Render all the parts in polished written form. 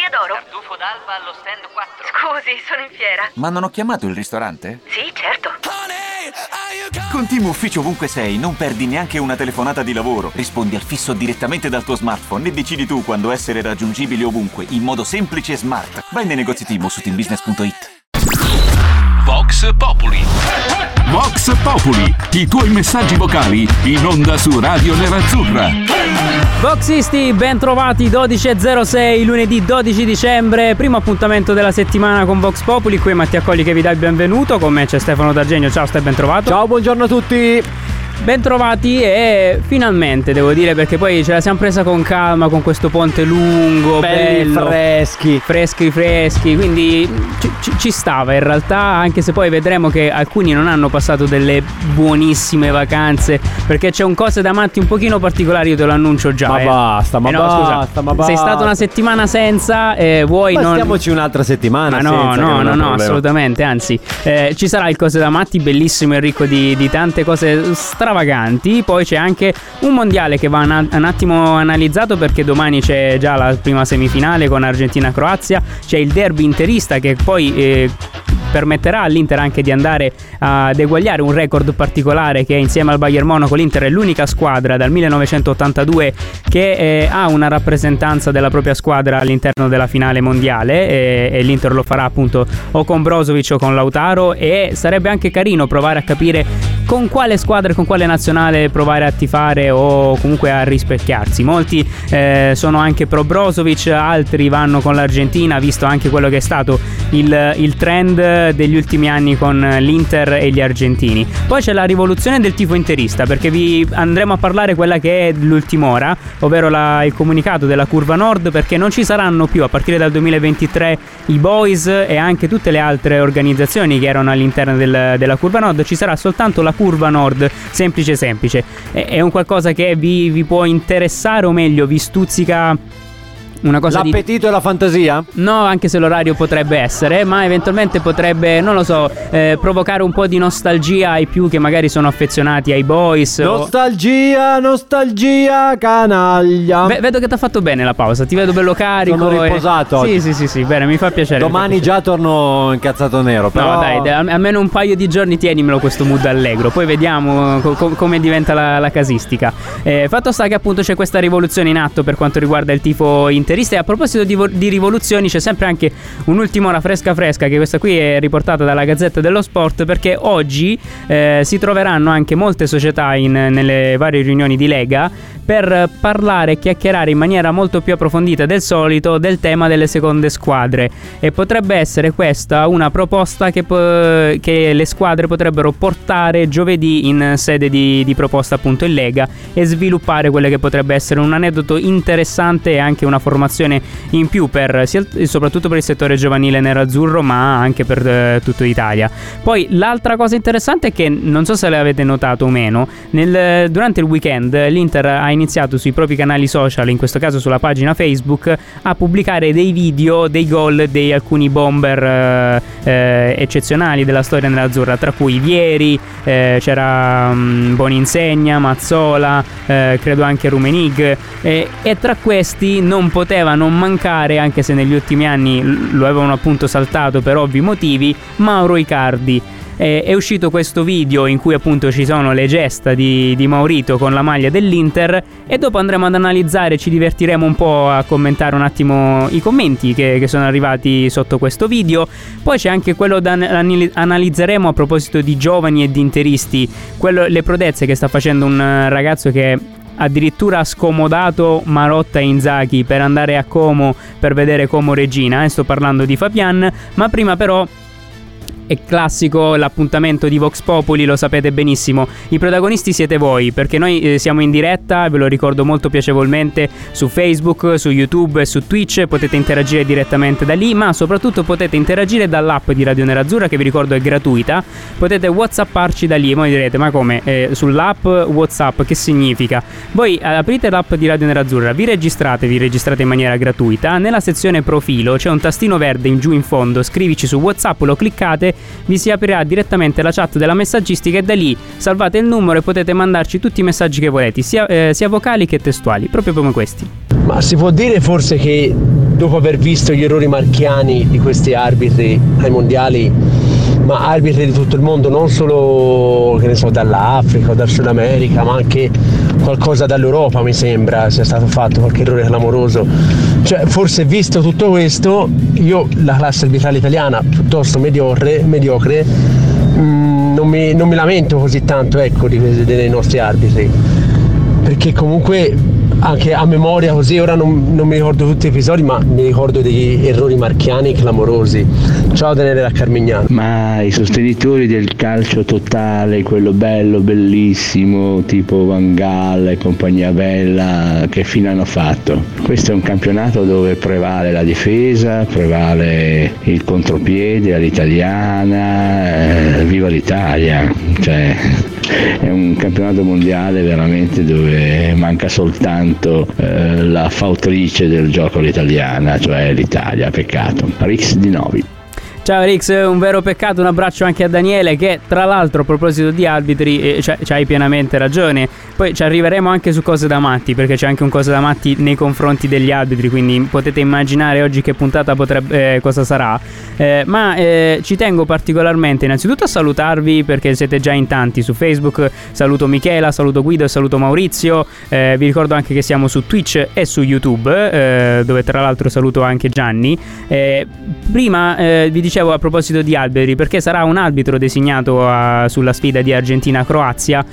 Osteria d'Oro. Tartufo d'alba allo stand 4. Scusi, sono in fiera. Ma non ho chiamato il ristorante? Sì, certo. Con Team Ufficio ovunque sei, non perdi neanche una telefonata di lavoro. Rispondi al fisso direttamente dal tuo smartphone e decidi tu quando essere raggiungibile ovunque, in modo semplice e smart. Vai nei negozi Team o su teambusiness.it. Vox Populi. Vox Populi, i tuoi messaggi vocali in onda su Radio Nerazzurra. Voxisti, ben trovati, 12.06, lunedì 12 dicembre, primo appuntamento della settimana con Vox Populi. Qui è Mattia Colli che vi dà il benvenuto, con me c'è Stefano D'Argenio. Ciao, stai ben trovato? Ciao, buongiorno a tutti. Ben trovati e finalmente devo dire, perché poi ce la siamo presa con calma con questo ponte lungo, bello, freschi, quindi ci stava in realtà, anche se poi vedremo che alcuni non hanno passato delle buonissime vacanze, perché c'è un cose da matti un pochino particolare, io te lo annuncio già. Ma basta. Sei stata una settimana senza, vuoi non... Stiamoci un'altra settimana. No, assolutamente, anzi ci sarà il cose da matti bellissimo e ricco di tante cose stravaganti. Poi c'è anche un mondiale che va un attimo analizzato, perché domani c'è già la prima semifinale con Argentina-Croazia, c'è il derby interista che poi permetterà all'Inter anche di andare ad eguagliare un record particolare, che insieme al Bayern Monaco l'Inter è l'unica squadra dal 1982 che ha una rappresentanza della propria squadra all'interno della finale mondiale, e l'Inter lo farà appunto o con Brozovic o con Lautaro, e sarebbe anche carino provare a capire con quale squadra e con quale nazionale provare a tifare o comunque a rispecchiarsi. Molti sono anche pro Brozovic, altri vanno con l'Argentina, visto anche quello che è stato il trend degli ultimi anni con l'Inter e gli argentini. Poi c'è la rivoluzione del tifo interista, perché vi andremo a parlare quella che è l'ultima ora, ovvero il comunicato della Curva Nord, perché non ci saranno più a partire dal 2023 i Boys e anche tutte le altre organizzazioni che erano all'interno della Curva Nord. Ci sarà soltanto la Curva Nord, semplice. È un qualcosa che vi può interessare, o meglio vi stuzzica una cosa l'appetito e la fantasia? No, anche se l'orario potrebbe essere, ma eventualmente potrebbe, non lo so, provocare un po' di nostalgia ai più che magari sono affezionati ai Boys. Nostalgia, canaglia. Vedo che ti ha fatto bene la pausa, ti vedo bello carico. Sono riposato oggi. Sì, bene, mi fa piacere. Domani già torno incazzato nero, però... No dai, almeno un paio di giorni tienimelo questo mood allegro, poi vediamo come diventa la casistica. Fatto sta che appunto c'è questa rivoluzione in atto per quanto riguarda il tifo interista. E a proposito di rivoluzioni, c'è sempre anche un'ultima ora fresca, che questa qui è riportata dalla Gazzetta dello Sport, perché oggi si troveranno anche molte società nelle varie riunioni di Lega per parlare e chiacchierare in maniera molto più approfondita del solito del tema delle seconde squadre, e potrebbe essere questa una proposta che le squadre potrebbero portare giovedì in sede di proposta appunto in Lega, e sviluppare quelle che potrebbe essere un aneddoto interessante e anche una formazione in più soprattutto per il settore giovanile nerazzurro, ma anche per tutta Italia. Poi l'altra cosa interessante è che, non so se l'avete notato o meno, durante il weekend l'Inter ha iniziato sui propri canali social, in questo caso sulla pagina Facebook, a pubblicare dei video dei gol di alcuni bomber eccezionali della storia nerazzurra, tra cui Vieri, c'era Boninsegna, Mazzola, credo anche Rumenig, e tra questi non poteva non mancare, anche se negli ultimi anni lo avevano appunto saltato per ovvi motivi, Mauro Icardi. È uscito questo video in cui appunto ci sono le gesta di Maurito con la maglia dell'Inter, e dopo andremo ad analizzare, ci divertiremo un po' a commentare un attimo i commenti che sono arrivati sotto questo video. Poi c'è anche quello da analizzeremo a proposito di giovani e di interisti, le prodezze che sta facendo un ragazzo che addirittura ha scomodato Marotta e Inzaghi per andare a Como per vedere Como Regina, sto parlando di Fabian. Ma prima però è classico l'appuntamento di Vox Populi, lo sapete benissimo, i protagonisti siete voi, perché noi siamo in diretta, ve lo ricordo molto piacevolmente, su Facebook, su YouTube e su Twitch. Potete interagire direttamente da lì, ma soprattutto potete interagire dall'app di Radio Nerazzurra, che vi ricordo è gratuita. Potete whatsapparci da lì, e voi direte: ma come? Sull'app WhatsApp che significa? Voi aprite l'app di Radio Nerazzurra, vi registrate in maniera gratuita, nella sezione profilo c'è un tastino verde in giù in fondo, scrivici su WhatsApp, lo cliccate, vi si aprirà direttamente la chat della messaggistica, e da lì salvate il numero e potete mandarci tutti i messaggi che volete, sia vocali che testuali, proprio come questi. Ma si può dire forse che dopo aver visto gli errori marchiani di questi arbitri ai mondiali, ma arbitri di tutto il mondo, non solo, che ne so, dall'Africa o dal Sud America, ma anche qualcosa dall'Europa, mi sembra sia stato fatto qualche errore clamoroso. Cioè, forse visto tutto questo, io la classe arbitrale italiana piuttosto mediocre, non mi lamento così tanto, ecco, dei nostri arbitri, perché comunque anche a memoria così ora non mi ricordo tutti gli episodi, ma mi ricordo degli errori marchiani clamorosi. Ciao Daniele da Carmignano. Ma i sostenitori del calcio totale, quello bello, bellissimo, tipo Van Gaal e compagnia bella, che fine hanno fatto? Questo è un campionato dove prevale la difesa, prevale il contropiede all'italiana, viva l'Italia, cioè è un campionato mondiale veramente dove manca soltanto la fautrice del gioco all'italiana, cioè l'Italia. Peccato. Rix di Novi. Ciao Rix, un vero peccato, un abbraccio anche a Daniele, che tra l'altro a proposito di arbitri c'hai pienamente ragione. Poi ci arriveremo anche su cose da matti, perché c'è anche un cose da matti nei confronti degli arbitri, quindi potete immaginare oggi che puntata potrebbe cosa sarà. Ma ci tengo particolarmente innanzitutto a salutarvi, perché siete già in tanti su Facebook. Saluto Michela, saluto Guido e saluto Maurizio. Vi ricordo anche che siamo su Twitch e su YouTube, dove tra l'altro saluto anche Gianni. Prima vi dicevo a proposito di arbitri, perché sarà un arbitro designato sulla sfida di Argentina-Croazia,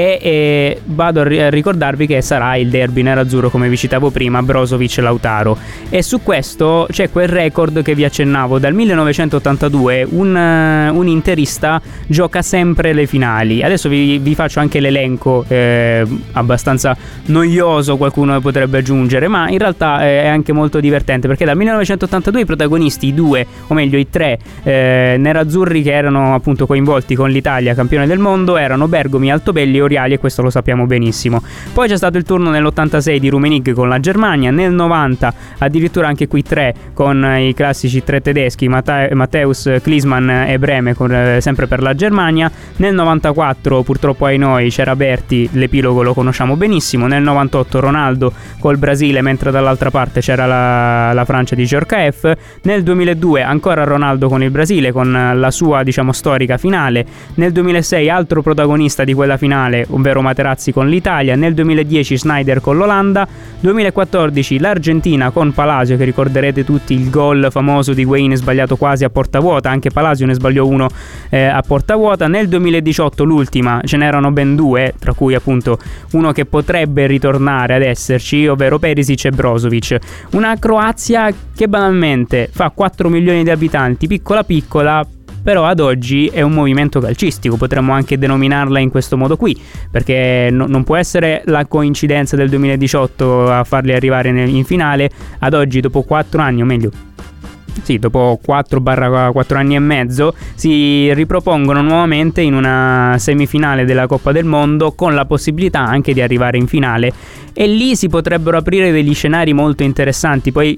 che vado a ricordarvi che sarà il derby nerazzurro, come vi citavo prima, Brozovic-Lautaro. E su questo c'è quel record che vi accennavo: dal 1982 un interista gioca sempre le finali. Adesso vi faccio anche l'elenco, abbastanza noioso qualcuno potrebbe aggiungere, ma in realtà è anche molto divertente, perché dal 1982 i protagonisti, i tre nerazzurri che erano appunto coinvolti con l'Italia campione del mondo, erano Bergomi, Altobelli e Oriali, e questo lo sappiamo benissimo. Poi c'è stato il turno nell'86 di Rummenigge con la Germania, nel 90 addirittura anche qui tre con i classici tre tedeschi, Matthäus, Klinsmann e Brehme, sempre per la Germania. Nel 94 purtroppo ai noi c'era Berti, l'epilogo lo conosciamo benissimo. Nel 98 Ronaldo col Brasile, mentre dall'altra parte c'era la Francia di Djorkaeff. Nel 2002 ancora Ronaldo con il Brasile, con la sua storica finale. Nel 2006 altro protagonista di quella finale, ovvero Materazzi con l'Italia. Nel 2010 Snyder con l'Olanda. 2014 l'Argentina con Palacio, che ricorderete tutti il gol famoso di Higuaín sbagliato quasi a porta vuota, anche Palacio ne sbagliò uno a porta vuota. Nel 2018 l'ultima, ce n'erano ben due, tra cui appunto uno che potrebbe ritornare ad esserci, ovvero Perisic e Brozovic. Una Croazia che banalmente fa 4 milioni di abitanti, piccola, però ad oggi è un movimento calcistico, potremmo anche denominarla in questo modo qui, perché non può essere la coincidenza del 2018 a farli arrivare in finale. Ad oggi, dopo 4 anni, o meglio dopo 4/4 anni e mezzo, si ripropongono nuovamente in una semifinale della Coppa del Mondo, con la possibilità anche di arrivare in finale, e lì si potrebbero aprire degli scenari molto interessanti. Poi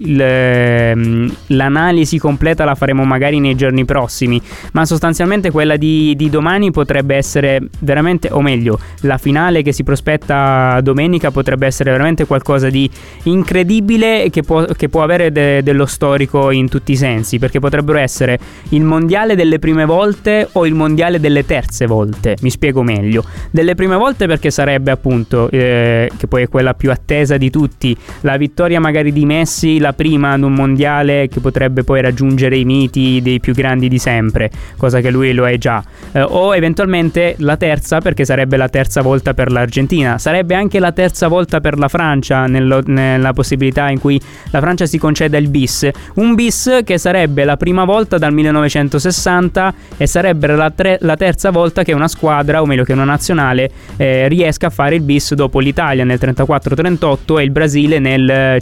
l'analisi completa la faremo magari nei giorni prossimi, ma sostanzialmente quella di domani potrebbe essere veramente, o meglio, la finale che si prospetta domenica potrebbe essere veramente qualcosa di incredibile, che può avere dello storico in tutti i sensi, perché potrebbero essere il mondiale delle prime volte o il mondiale delle terze volte. Mi spiego meglio: delle prime volte perché sarebbe appunto che poi è quella più attesa di tutti, la vittoria magari di Messi, la prima ad un mondiale, che potrebbe poi raggiungere i miti dei più grandi di sempre, cosa che lui lo è già, o eventualmente la terza, perché sarebbe la terza volta per l'Argentina, sarebbe anche la terza volta per la Francia, nella possibilità in cui la Francia si conceda il bis, un bis che sarebbe la prima volta dal 1960 e sarebbe la terza volta che una squadra, o meglio che una nazionale, riesca a fare il bis dopo l'Italia nel 34-38 e il Brasile nel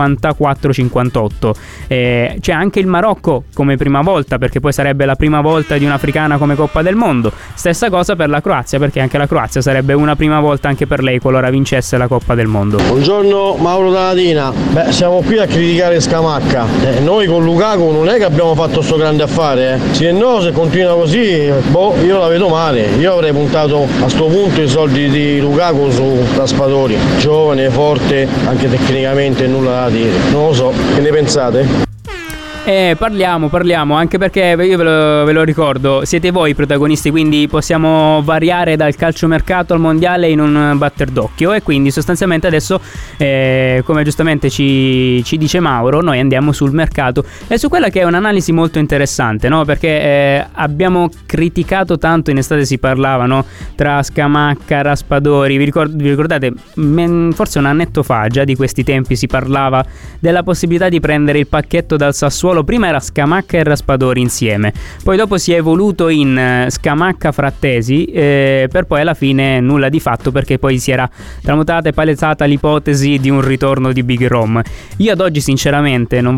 54-58. C'è anche il Marocco come prima volta, perché poi sarebbe la prima volta di un'africana come Coppa del Mondo. Stessa cosa per la Croazia, perché anche la Croazia sarebbe una prima volta anche per lei qualora vincesse la Coppa del Mondo. Buongiorno Mauro da Latina. Siamo qui a criticare Scamacca. Noi con Lukaku Lukaku non è che abbiamo fatto sto grande affare, Se no, se continua così, io la vedo male. Io avrei puntato a sto punto i soldi di Lukaku su Raspadori, giovane, forte, anche tecnicamente nulla da dire. Non lo so, che ne pensate? Parliamo, anche perché io ve lo ricordo, siete voi i protagonisti, quindi possiamo variare dal calciomercato al mondiale in un batter d'occhio, e quindi sostanzialmente adesso, come giustamente ci dice Mauro, noi andiamo sul mercato e su quella che è un'analisi molto interessante, no? Perché abbiamo criticato tanto, in estate si parlava, no? Tra Scamacca, Raspadori, vi ricordate? Forse un annetto fa, già di questi tempi, si parlava della possibilità di prendere il pacchetto dal Sassuolo. Prima era Scamacca e Raspadori insieme, poi dopo si è evoluto in Scamacca Frattesi, per poi alla fine nulla di fatto, perché poi si era tramutata e palesata l'ipotesi di un ritorno di Big Rom. Io ad oggi sinceramente non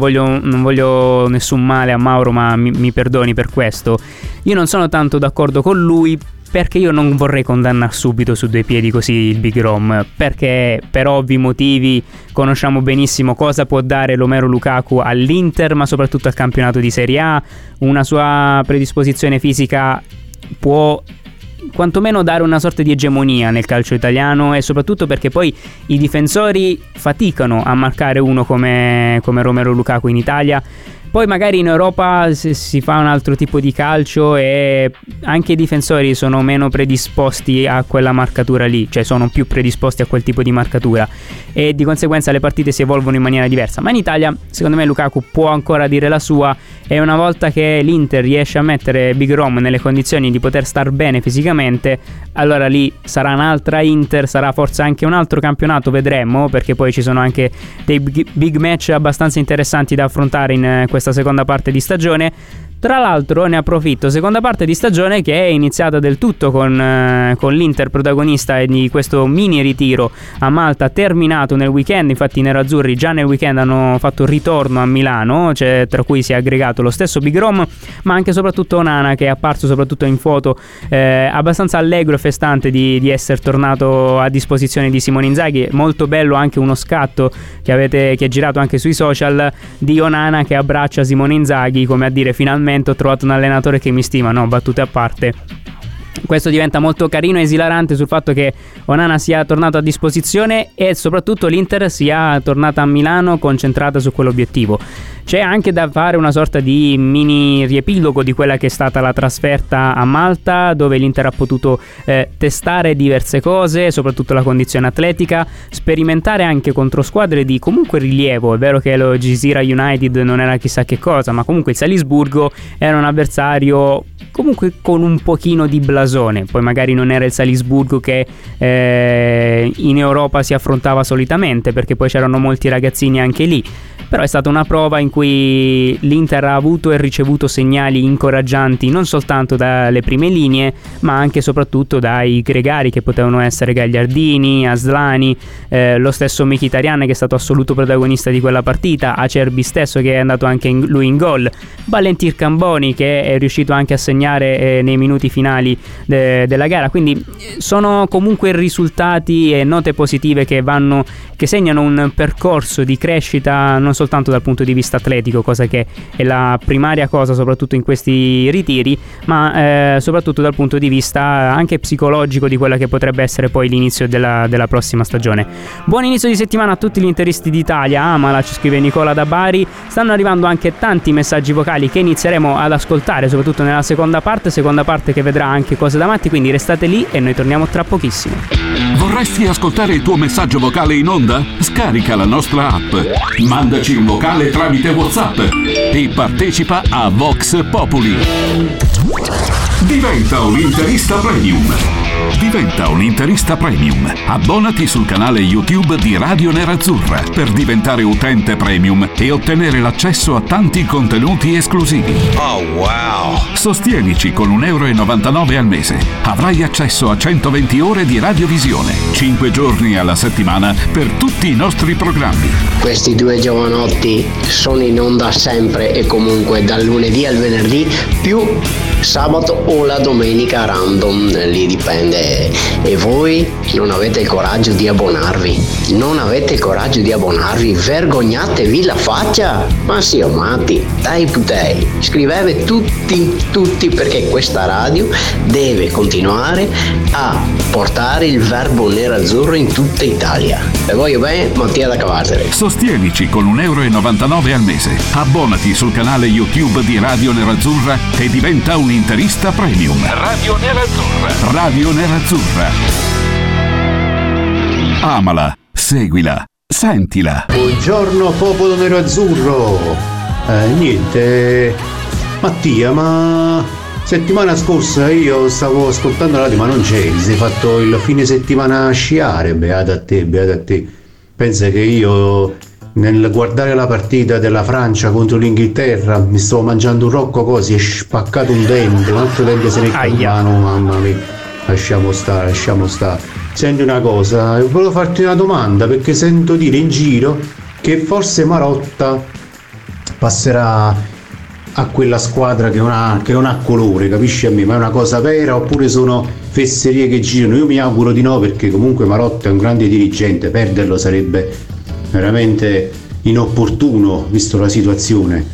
voglio nessun male a Mauro, ma mi perdoni per questo, io non sono tanto d'accordo con lui, perché io non vorrei condannare subito su due piedi così il Big Rom, perché per ovvi motivi conosciamo benissimo cosa può dare Romelu Lukaku all'Inter, ma soprattutto al campionato di Serie A. Una sua predisposizione fisica può quantomeno dare una sorta di egemonia nel calcio italiano, e soprattutto perché poi i difensori faticano a marcare uno come Romelu Lukaku in Italia. Poi magari in Europa si fa un altro tipo di calcio e anche i difensori sono meno predisposti a quella marcatura lì, cioè sono più predisposti a quel tipo di marcatura, e di conseguenza le partite si evolvono in maniera diversa. Ma in Italia secondo me Lukaku può ancora dire la sua, e una volta che l'Inter riesce a mettere Big Rom nelle condizioni di poter star bene fisicamente, allora lì sarà un'altra Inter, sarà forse anche un altro campionato, vedremo, perché poi ci sono anche dei big match abbastanza interessanti da affrontare in questa seconda parte di stagione. Tra l'altro ne approfitto, seconda parte di stagione che è iniziata del tutto con l'Inter protagonista di questo mini ritiro a Malta, terminato nel weekend. Infatti i nerazzurri già nel weekend hanno fatto ritorno a Milano, cioè, tra cui si è aggregato lo stesso Big Rom, ma anche soprattutto Onana, che è apparso soprattutto in foto abbastanza allegro e festante di essere tornato a disposizione di Simone Inzaghi. Molto bello anche uno scatto che è girato anche sui social di Onana che abbraccia Simone Inzaghi, come a dire: finalmente ho trovato un allenatore che mi stima. No, battute a parte, questo diventa molto carino e esilarante sul fatto che Onana sia tornato a disposizione e soprattutto l'Inter sia tornata a Milano concentrata su quell'obiettivo. C'è anche da fare una sorta di mini riepilogo di quella che è stata la trasferta a Malta, dove l'Inter ha potuto testare diverse cose, soprattutto la condizione atletica, sperimentare anche contro squadre di comunque rilievo. È vero che lo Gisira United non era chissà che cosa, ma comunque il Salisburgo era un avversario comunque con un pochino di blasone. Poi magari non era il Salisburgo che in Europa si affrontava solitamente, perché poi c'erano molti ragazzini anche lì. Però è stata una prova in cui l'Inter ha avuto e ricevuto segnali incoraggianti non soltanto dalle prime linee, ma anche e soprattutto dai gregari, che potevano essere Gagliardini, Aslani, lo stesso Mkhitaryan, che è stato assoluto protagonista di quella partita, Acerbi stesso, che è andato anche lui in gol, Valentin Camboni, che è riuscito anche a segnare nei minuti finali della gara. Quindi sono comunque risultati e note positive che segnano un percorso di crescita non soltanto dal punto di vista atletico, cosa che è la primaria cosa soprattutto in questi ritiri, ma soprattutto dal punto di vista anche psicologico di quella che potrebbe essere poi l'inizio della prossima stagione. Buon inizio di settimana a tutti gli interisti d'Italia. Amala, ci scrive Nicola da Bari. Stanno arrivando anche tanti messaggi vocali che inizieremo ad ascoltare soprattutto nella seconda parte che vedrà anche cose da matti, quindi restate lì e noi torniamo tra pochissimo. Vorresti ascoltare il tuo messaggio vocale in onda? Scarica la nostra app, mandaci un vocale tramite WhatsApp e partecipa a Vox Populi. Diventa un interista premium. Diventa un interista premium. Abbonati sul canale YouTube di Radio Nerazzurra per diventare utente premium e ottenere l'accesso a tanti contenuti esclusivi. Oh wow! Sostienici con €1,99 al mese. Avrai accesso a 120 ore di radiovisione, 5 giorni alla settimana per tutti i nostri programmi. Questi due giovanotti sono in onda sempre e comunque dal lunedì al venerdì, più sabato o la domenica random, lì dipende. E voi non avete il coraggio di abbonarvi? Non avete il coraggio di abbonarvi? Vergognatevi la faccia! Ma sì, o matti, dai putei, scrivete tutti perché questa radio deve continuare a portare il verbo nerazzurro in tutta Italia. E voglio bene, Mattia da Cavarzere. Sostienici con €1,99 al mese. Abbonati sul canale YouTube di Radio Nerazzurra e diventa un interista premium. Radio Nerazzurra. Radio Nerazzurra. Amala, seguila, sentila. Buongiorno popolo nero-azzurro. Niente, Mattia, ma settimana scorsa io stavo ascoltando la radio, ma non c'eri, sei fatto il fine settimana a sciare, beata a te. Pensa che io nel guardare la partita della Francia contro l'Inghilterra mi stavo mangiando un rocco così, è spaccato un dente, un altro dente se ne è in mano, mamma mia. Lasciamo stare. Senti una cosa, volevo farti una domanda perché sento dire in giro che forse Marotta passerà a quella squadra che non ha colore, capisci a me? Ma è una cosa vera oppure sono fesserie che girano? Io mi auguro di no, perché comunque Marotta è un grande dirigente, perderlo sarebbe veramente inopportuno visto la situazione.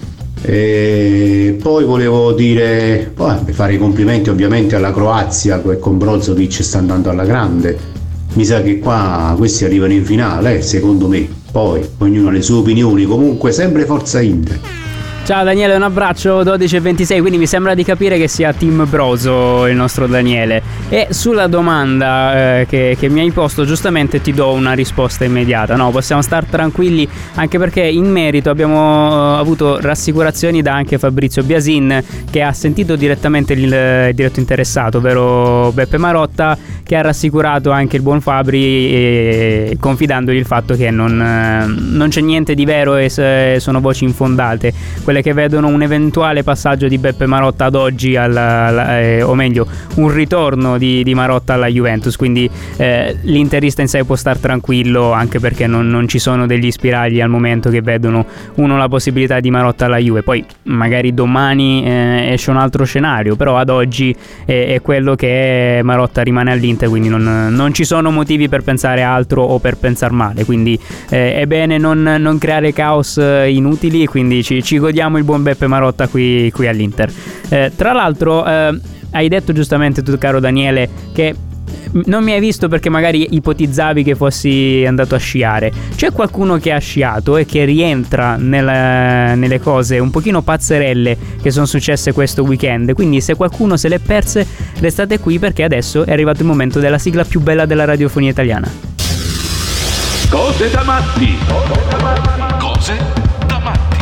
E poi volevo dire, fare i complimenti ovviamente alla Croazia, che con Brozovic sta andando alla grande. Mi sa che qua questi arrivano in finale, secondo me. Poi ognuno ha le sue opinioni, comunque sempre forza Inter. Ciao Daniele, un abbraccio. 12:26, quindi mi sembra di capire che sia Team Brozo il nostro Daniele. E sulla domanda che mi hai posto, giustamente ti do una risposta immediata. No, possiamo star tranquilli, anche perché in merito abbiamo avuto rassicurazioni da anche Fabrizio Biasin, che ha sentito direttamente il diretto interessato, ovvero Beppe Marotta, che ha rassicurato anche il buon Fabri, confidandogli il fatto che non c'è niente di vero e sono voci infondate quelle che vedono un eventuale passaggio di Beppe Marotta ad oggi o meglio un ritorno di Marotta alla Juventus. Quindi l'interista in sé può star tranquillo, anche perché non ci sono degli spiragli al momento che vedono la possibilità di Marotta alla Juve. Poi magari domani esce un altro scenario, però ad oggi è quello che è. Marotta rimane all'Inter, quindi non ci sono motivi per pensare altro o per pensare male. Quindi è bene non creare caos inutili, quindi ci godiamo il buon Beppe Marotta qui all'Inter. Tra l'altro hai detto giustamente tu, caro Daniele, che non mi hai visto perché magari ipotizzavi che fossi andato a sciare. C'è qualcuno che ha sciato e che rientra nelle cose un pochino pazzerelle che sono successe questo weekend, quindi se qualcuno se l'è perse restate qui, perché adesso è arrivato il momento della sigla più bella della radiofonia italiana. Cose da matti. Cose da matti.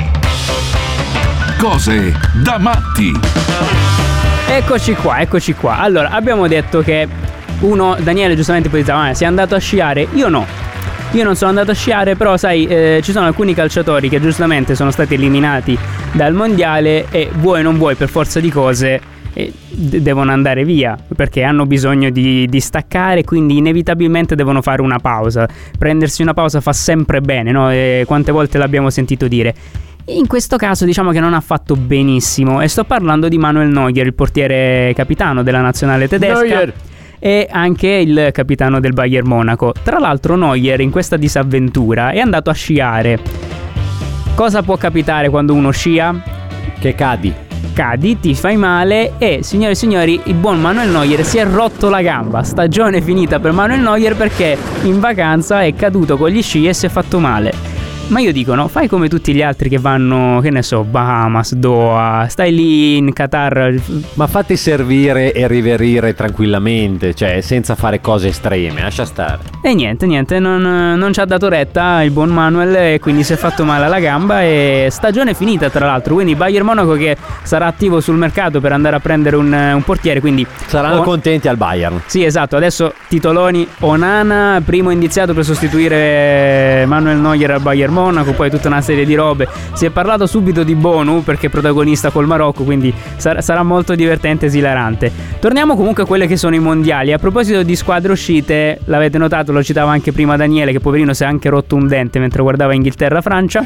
Cose da matti. Eccoci qua. Allora, abbiamo detto che Daniele giustamente ipotizzava, sei andato a sciare? Io non sono andato a sciare, però sai, ci sono alcuni calciatori che giustamente sono stati eliminati dal mondiale e vuoi non vuoi, per forza di cose devono andare via, perché hanno bisogno di staccare, quindi inevitabilmente devono fare una pausa. Prendersi una pausa fa sempre bene, no? Quante volte l'abbiamo sentito dire. In questo caso diciamo che non ha fatto benissimo, e sto parlando di Manuel Neuer, il portiere capitano della nazionale tedesca e anche il capitano del Bayern Monaco. Tra l'altro Neuer in questa disavventura è andato a sciare. Cosa può capitare quando uno scia? Che cadi, ti fai male e, signore e signori, il buon Manuel Neuer si è rotto la gamba. Stagione finita per Manuel Neuer perché in vacanza è caduto con gli sci e si è fatto male. Ma io dico, no, fai come tutti gli altri che vanno, che ne so, Bahamas, Doha, stai lì in Qatar, ma fatti servire e riverire tranquillamente, cioè senza fare cose estreme, lascia stare. E niente, non ci ha dato retta il buon Manuel e quindi si è fatto male alla gamba. E stagione finita, tra l'altro, quindi Bayern Monaco che sarà attivo sul mercato per andare a prendere un portiere, quindi saranno contenti al Bayern. Sì, esatto. Adesso titoloni: Onana primo indiziato per sostituire Manuel Neuer al Bayern Monaco, poi tutta una serie di robe. Si è parlato subito di Bonu perché è protagonista col Marocco, quindi sarà molto divertente, esilarante. Torniamo comunque a quelle che sono i mondiali. A proposito di squadre uscite, l'avete notato, lo citava anche prima Daniele, che poverino si è anche rotto un dente mentre guardava Inghilterra-Francia.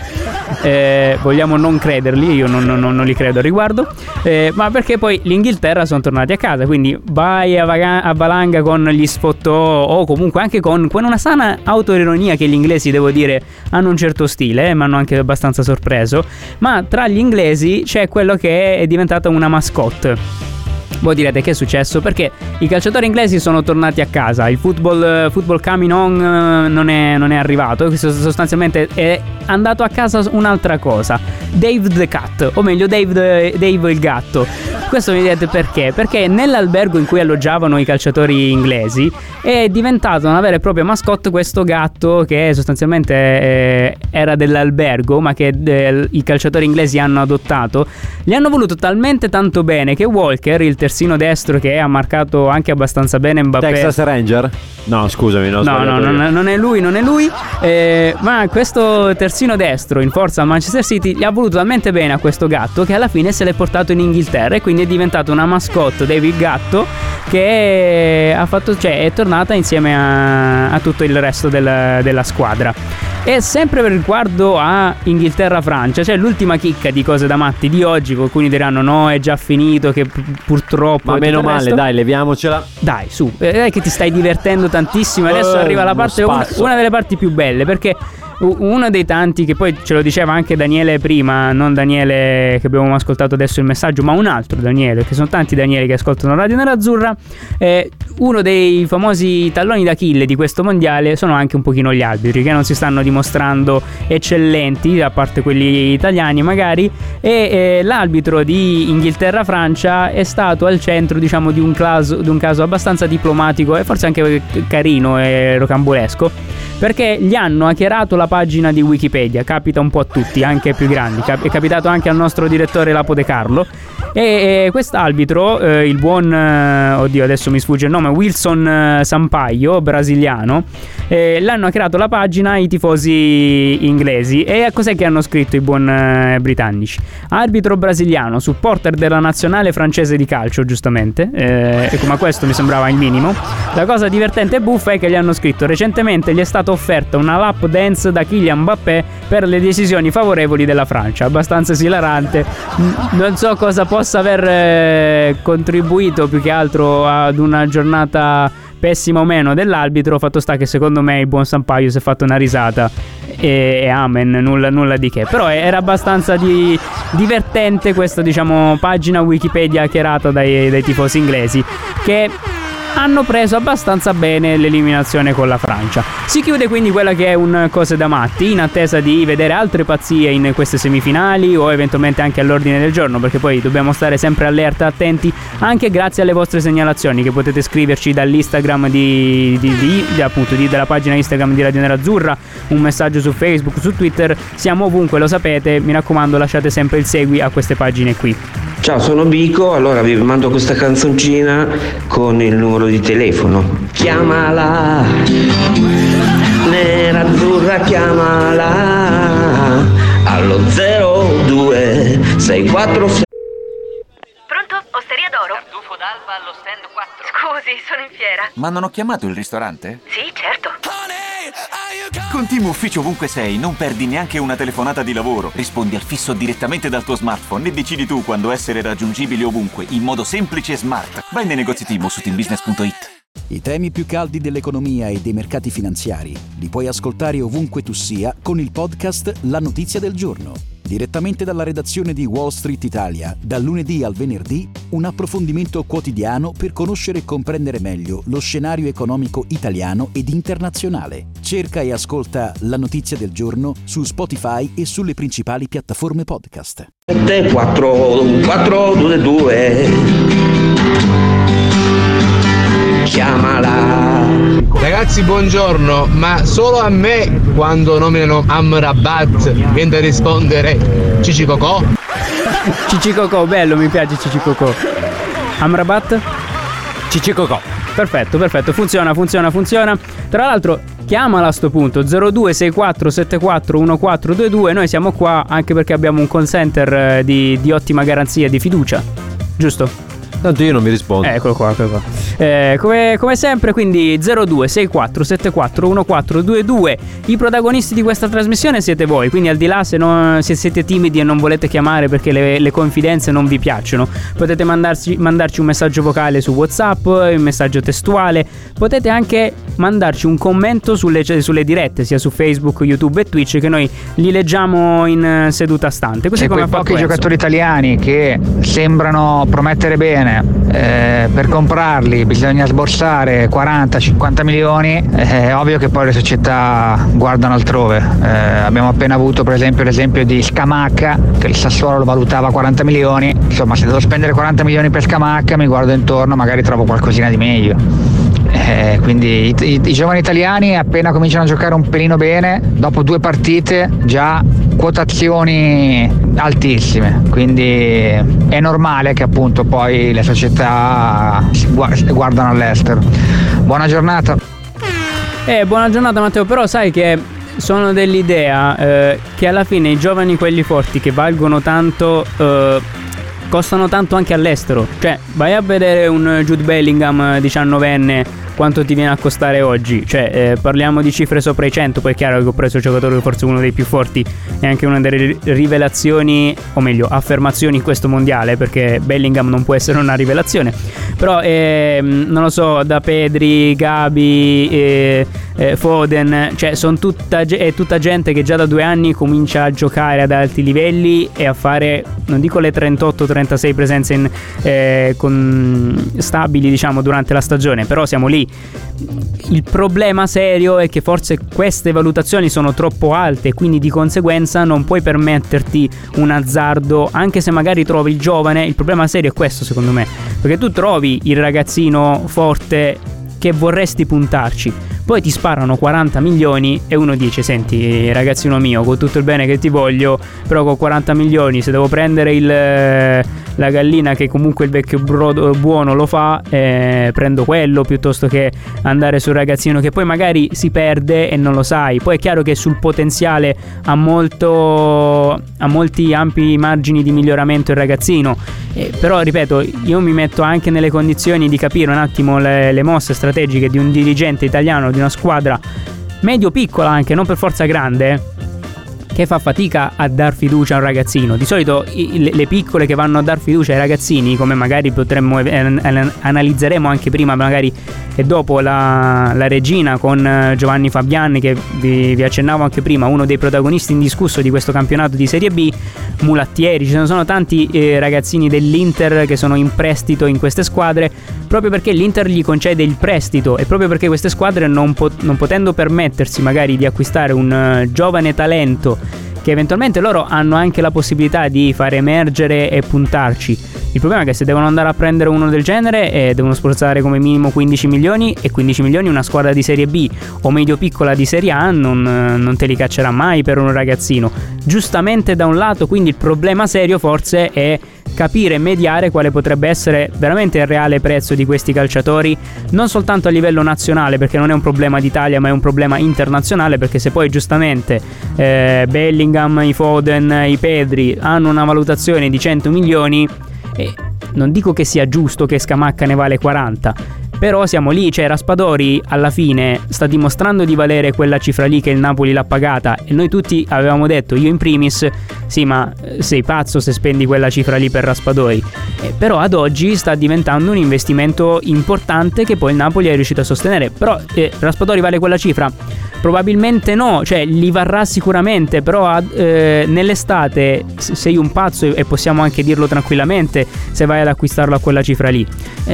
vogliamo non crederli, io non li credo a riguardo, ma perché poi l'Inghilterra sono tornati a casa, quindi vai a valanga con gli sfottò o comunque anche con una sana autoironia che gli inglesi, devo dire, hanno un certo stile, mi hanno anche abbastanza sorpreso. Ma tra gli inglesi c'è quello che è diventata una mascotte. Voi direte che è successo? Perché i calciatori inglesi sono tornati a casa, il football coming on non è arrivato, sostanzialmente è andato a casa un'altra cosa, Dave the Cat, o meglio Dave il gatto. Questo mi direte perché? Perché nell'albergo in cui alloggiavano i calciatori inglesi è diventato una vera e propria mascotte questo gatto che sostanzialmente era dell'albergo, ma che i calciatori inglesi hanno adottato. Gli hanno voluto talmente tanto bene che Walker, il terzino destro che ha marcato anche abbastanza bene Mbappé. Texas Ranger? No, scusami, no, non è lui. Ma questo terzino destro in forza al Manchester City gli ha voluto talmente bene a questo gatto che alla fine se l'è portato in Inghilterra e quindi è diventato una mascotte, David Gatto, che è tornata insieme a tutto il resto della squadra. E sempre per riguardo a Inghilterra-Francia, c'è l'ultima chicca di cose da matti di oggi. Alcuni diranno no, è già finito, che purtroppo. Ma meno male, dai, leviamocela. Dai, su, è che ti stai divertendo tantissimo. Adesso arriva la parte, una delle parti più belle, perché uno dei tanti, che poi ce lo diceva anche Daniele prima, non Daniele che abbiamo ascoltato adesso il messaggio, ma un altro Daniele, che sono tanti Danieli che ascoltano Radio Nerazzurra. Uno dei famosi talloni d'Achille di questo mondiale sono anche un pochino gli arbitri, che non si stanno dimostrando eccellenti, a parte quelli italiani magari, e l'arbitro di Inghilterra-Francia è stato al centro, diciamo, di un caso abbastanza diplomatico e forse anche carino e rocambolesco, perché gli hanno hackerato la pagina di Wikipedia. Capita un po' a tutti, anche ai più grandi, è capitato anche al nostro direttore Lapo De Carlo. E quest'arbitro, il buon oddio adesso mi sfugge il nome, Wilson Sampaio, brasiliano, l'hanno hackerato la pagina i tifosi inglesi. E cos'è che hanno scritto i buon britannici? Arbitro brasiliano, supporter della nazionale francese di calcio, giustamente, ma questo mi sembrava il minimo. La cosa divertente e buffa è che gli hanno scritto: recentemente gli è stata offerta una lap dance da Kylian Mbappé per le decisioni favorevoli della Francia. Abbastanza esilarante. Non so cosa possa aver contribuito più che altro ad una giornata pessima o meno dell'arbitro. Fatto sta che secondo me il buon Sampaio si è fatto una risata e amen, nulla di che. Però era abbastanza divertente questa, diciamo, pagina Wikipedia hackerata dai tifosi inglesi, che hanno preso abbastanza bene l'eliminazione con la Francia. Si chiude quindi quella che è un cose da matti, in attesa di vedere altre pazzie in queste semifinali o eventualmente anche all'ordine del giorno, perché poi dobbiamo stare sempre allerta, attenti, anche grazie alle vostre segnalazioni che potete scriverci dall'Instagram della pagina Instagram di Radio Nerazzurra, un messaggio su Facebook, su Twitter, siamo ovunque, lo sapete. Mi raccomando, lasciate sempre il segui a queste pagine qui. Ciao, sono Bico, allora vi mando questa canzoncina con il numero di telefono. Chiamala, Nerazzurra, chiamala allo 0264. Pronto? Osteria d'Oro? Tartufo d'Alba allo stand 4. Scusi, sono in fiera. Ma non ho chiamato il ristorante? Sì, certo. Con Team Ufficio ovunque sei, non perdi neanche una telefonata di lavoro. Rispondi al fisso direttamente dal tuo smartphone e decidi tu quando essere raggiungibile ovunque, in modo semplice e smart. Vai nei negozi Team su teambusiness.it. I temi più caldi dell'economia e dei mercati finanziari li puoi ascoltare ovunque tu sia con il podcast La Notizia del Giorno. Direttamente dalla redazione di Wall Street Italia, dal lunedì al venerdì, un approfondimento quotidiano per conoscere e comprendere meglio lo scenario economico italiano ed internazionale. Cerca e ascolta La Notizia del Giorno su Spotify e sulle principali piattaforme podcast. 422 chiamala. Ragazzi, buongiorno, ma solo a me quando nominano Amrabat viene da rispondere Cicicocò? Cicicocò, bello, mi piace Cicicocò. Amrabat? Cicicocò. Perfetto, funziona. Tra l'altro chiamala a sto punto 0264741422. Noi siamo qua anche perché abbiamo un call center di ottima garanzia, di fiducia, giusto? Tanto io non mi rispondo. Eccolo qua. Come sempre, quindi 0264741422. I protagonisti di questa trasmissione siete voi, quindi al di là se siete timidi e non volete chiamare perché le confidenze non vi piacciono, potete mandarci un messaggio vocale su WhatsApp, un messaggio testuale, potete anche mandarci un commento sulle dirette sia su Facebook, YouTube e Twitch, che noi li leggiamo in seduta stante. Così come pochi giocatori italiani che sembrano promettere bene, per comprarli bisogna sborsare 40-50 milioni, è ovvio che poi le società guardano altrove. Abbiamo appena avuto per esempio l'esempio di Scamacca, che il Sassuolo lo valutava 40 milioni. Insomma, se devo spendere 40 milioni per Scamacca, mi guardo intorno, magari trovo qualcosina di meglio. Quindi i giovani italiani appena cominciano a giocare un pelino bene, dopo 2 partite già quotazioni altissime, quindi è normale che appunto poi le società guardano all'estero. Buona giornata. Buona giornata Matteo, però sai che sono dell'idea che alla fine i giovani, quelli forti, che valgono tanto, costano tanto anche all'estero. Cioè, vai a vedere un Jude Bellingham 19enne quanto ti viene a costare oggi. Cioè, parliamo di cifre sopra i 100. Poi è chiaro che ho preso il giocatore forse uno dei più forti e anche una delle rivelazioni, o meglio affermazioni in questo mondiale, perché Bellingham non può essere una rivelazione. Però non lo so, da Pedri, Gabi, Foden, cioè sono tutta gente che già da 2 anni comincia a giocare ad alti livelli e a fare, non dico le 38-36 presenze stabili, diciamo, durante la stagione, però siamo lì. Il problema serio è che forse queste valutazioni sono troppo alte, quindi di conseguenza non puoi permetterti un azzardo, anche se magari trovi il giovane. Il problema serio è questo, secondo me, perché tu trovi il ragazzino forte che vorresti puntarci, poi ti sparano 40 milioni e uno dice: senti ragazzino mio, con tutto il bene che ti voglio, però con 40 milioni se devo prendere la gallina che comunque il vecchio brodo buono lo fa, prendo quello piuttosto che andare sul ragazzino che poi magari si perde e non lo sai. Poi è chiaro che sul potenziale ha molti ampi margini di miglioramento il ragazzino, però ripeto, io mi metto anche nelle condizioni di capire un attimo le mosse strategiche di un dirigente italiano, di una squadra medio-piccola, anche non per forza grande, che fa fatica a dar fiducia a un ragazzino. Di solito le piccole che vanno a dar fiducia ai ragazzini, come magari potremmo analizzeremo anche prima magari e dopo la regina con Giovanni Fabiani, che vi accennavo anche prima, uno dei protagonisti indiscusso di questo campionato di Serie B, Mulattieri. Ci sono tanti ragazzini dell'Inter che sono in prestito in queste squadre, proprio perché l'Inter gli concede il prestito e proprio perché queste squadre non potendo permettersi magari di acquistare un giovane talento che eventualmente loro hanno anche la possibilità di far emergere e puntarci. Il problema è che se devono andare a prendere uno del genere devono sforzare come minimo 15 milioni, e 15 milioni una squadra di Serie B o medio piccola di Serie A non te li caccerà mai per un ragazzino. Giustamente da un lato, quindi il problema serio forse è capire e mediare quale potrebbe essere veramente il reale prezzo di questi calciatori, non soltanto a livello nazionale, perché non è un problema d'Italia ma è un problema internazionale, perché se poi giustamente Bellingham, i Foden, i Pedri hanno una valutazione di 100 milioni, non dico che sia giusto che Scamacca ne vale 40, però siamo lì. Cioè Raspadori alla fine sta dimostrando di valere quella cifra lì che il Napoli l'ha pagata, e noi tutti avevamo detto, io in primis, sì ma sei pazzo se spendi quella cifra lì per Raspadori, però ad oggi sta diventando un investimento importante che poi il Napoli è riuscito a sostenere. Però Raspadori vale quella cifra? Probabilmente no, cioè li varrà sicuramente, però nell'estate sei un pazzo, e possiamo anche dirlo tranquillamente, se vai ad acquistarlo a quella cifra lì.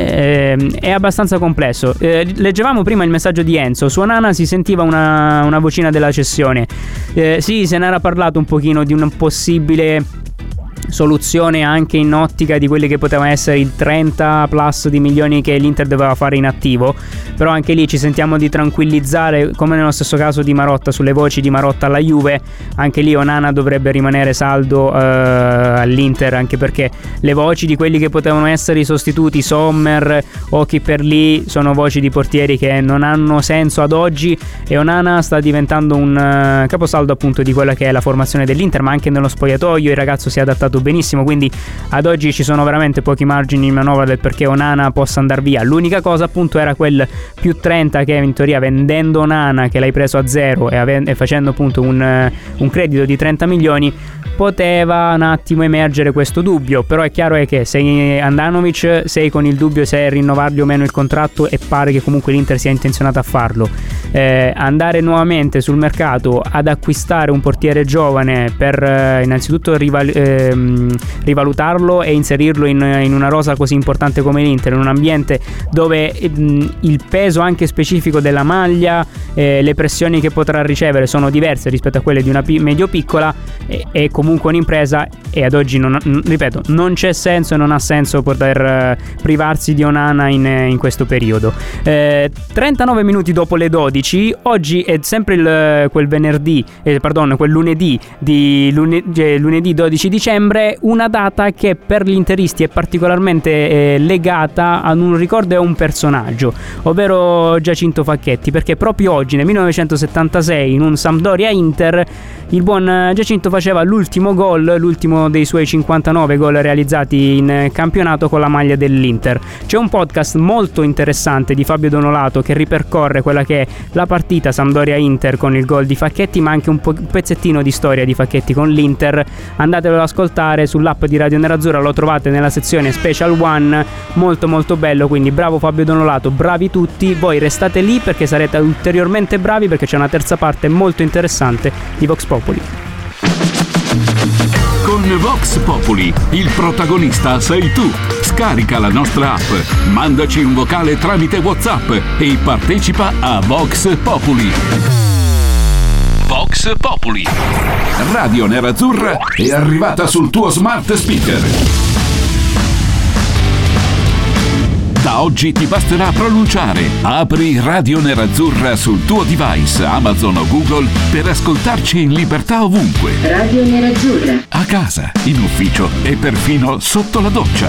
È abbastanza complesso. Leggevamo prima il messaggio di Enzo, su Onana si sentiva una vocina della cessione. Sì, se ne era parlato un pochino di un possibile soluzione anche in ottica di quelli che poteva essere il 30 plus di milioni che l'Inter doveva fare in attivo, però anche lì ci sentiamo di tranquillizzare, come nello stesso caso di Marotta, sulle voci di Marotta alla Juve. Anche lì Onana dovrebbe rimanere saldo all'Inter, anche perché le voci di quelli che potevano essere i sostituti, Sommer o chi per lì, sono voci di portieri che non hanno senso ad oggi, e Onana sta diventando un caposaldo appunto di quella che è la formazione dell'Inter, ma anche nello spogliatoio il ragazzo si è adattato benissimo, quindi ad oggi ci sono veramente pochi margini di manovra del perché Onana possa andare via. L'unica cosa appunto era quel più 30 che in teoria, vendendo Onana, che l'hai preso a zero e facendo appunto un credito di 30 milioni, poteva un attimo emergere questo dubbio. Però è chiaro che sei Handanovic, sei con il dubbio se rinnovargli o meno il contratto, e pare che comunque l'Inter sia intenzionata a farlo. Andare nuovamente sul mercato ad acquistare un portiere giovane per innanzitutto rivalutarlo e inserirlo in una rosa così importante come l'Inter, in un ambiente dove il peso anche specifico della maglia, le pressioni che potrà ricevere sono diverse rispetto a quelle di una medio piccola, è comunque un'impresa, e ad oggi ripeto, non c'è senso e non ha senso poter privarsi di Onana in questo periodo. 39 minuti dopo le 12, oggi è sempre quel lunedì 12 dicembre, una data che per gli interisti è particolarmente legata ad un ricordo e a un personaggio, ovvero Giacinto Facchetti, perché proprio oggi nel 1976 in un Sampdoria-Inter il buon Giacinto faceva l'ultimo dei suoi 59 gol realizzati in campionato con la maglia dell'Inter. C'è un podcast molto interessante di Fabio Donolato che ripercorre quella che è la partita Sampdoria-Inter con il gol di Facchetti, ma anche un pezzettino di storia di Facchetti con l'Inter. Andatelo ad ascoltare sull'app di Radio Nerazzurra, lo trovate nella sezione Special One, molto molto bello. Quindi bravo Fabio Donolato, bravi tutti, voi restate lì perché sarete ulteriormente bravi, perché c'è una terza parte molto interessante di Vox Populi. Con Vox Populi, il protagonista sei tu. Scarica la nostra app, mandaci un vocale tramite WhatsApp e partecipa a Vox Populi. Vox Populi. Radio Nerazzurra è arrivata sul tuo smart speaker. Da oggi ti basterà pronunciare apri Radio Nerazzurra sul tuo device Amazon o Google per ascoltarci in libertà ovunque. Radio Nerazzurra. A casa, in ufficio e perfino sotto la doccia.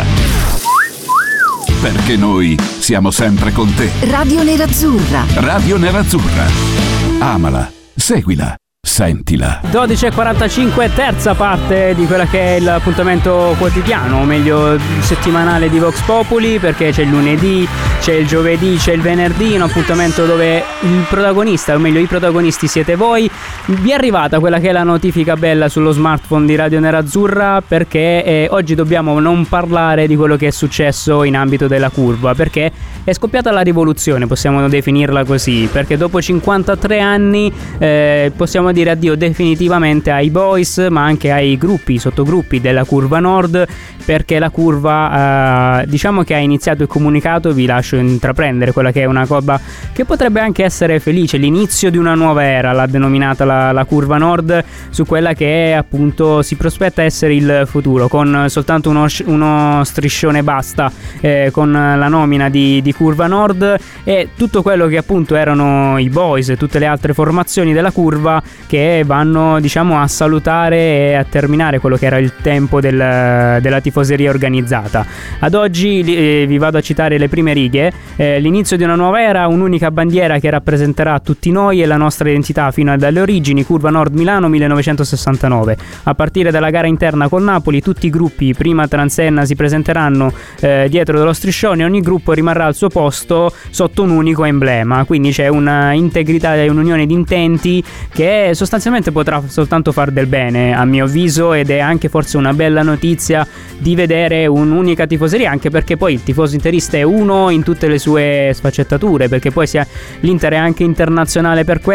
Perché noi siamo sempre con te. Radio Nerazzurra. Radio Nerazzurra. Amala, seguila, sentila. 12:45, terza parte di quella che è l'appuntamento quotidiano, o meglio settimanale di Vox Populi, perché c'è il lunedì, c'è il giovedì, c'è il venerdì, un appuntamento dove il protagonista, o meglio i protagonisti siete voi. Vi è arrivata quella che è la notifica bella sullo smartphone di Radio Nerazzurra, perché oggi dobbiamo non parlare di quello che è successo in ambito della curva, perché è scoppiata la rivoluzione, possiamo definirla così, perché dopo 53 anni possiamo dire addio definitivamente ai boys, ma anche ai gruppi, sottogruppi della curva nord, perché la curva diciamo che ha iniziato il comunicato. Vi lascio intraprendere quella che è una cosa che potrebbe anche essere felice, l'inizio di una nuova era, l'ha denominata la curva nord, su quella che è appunto si prospetta essere il futuro, con soltanto uno striscione basta, con la nomina di curva nord e tutto quello che appunto erano i boys e tutte le altre formazioni della curva che vanno diciamo a salutare e a terminare quello che era il tempo della tifoseria organizzata. Ad oggi vi vado a citare le prime righe. L'inizio di una nuova era, un'unica bandiera che rappresenterà tutti noi e la nostra identità fino dalle origini. Curva Nord Milano 1969. A partire dalla gara interna col Napoli, tutti i gruppi prima Transenna si presenteranno dietro dello striscione, ogni gruppo rimarrà al suo posto sotto un unico emblema, quindi c'è una integrità e un'unione di intenti che sostanzialmente potrà soltanto far del bene a mio avviso, ed è anche forse una bella notizia di vedere un'unica tifoseria, anche perché poi il tifoso interista è uno in tutte le sue sfaccettature, perché poi l'Inter è anche internazionale per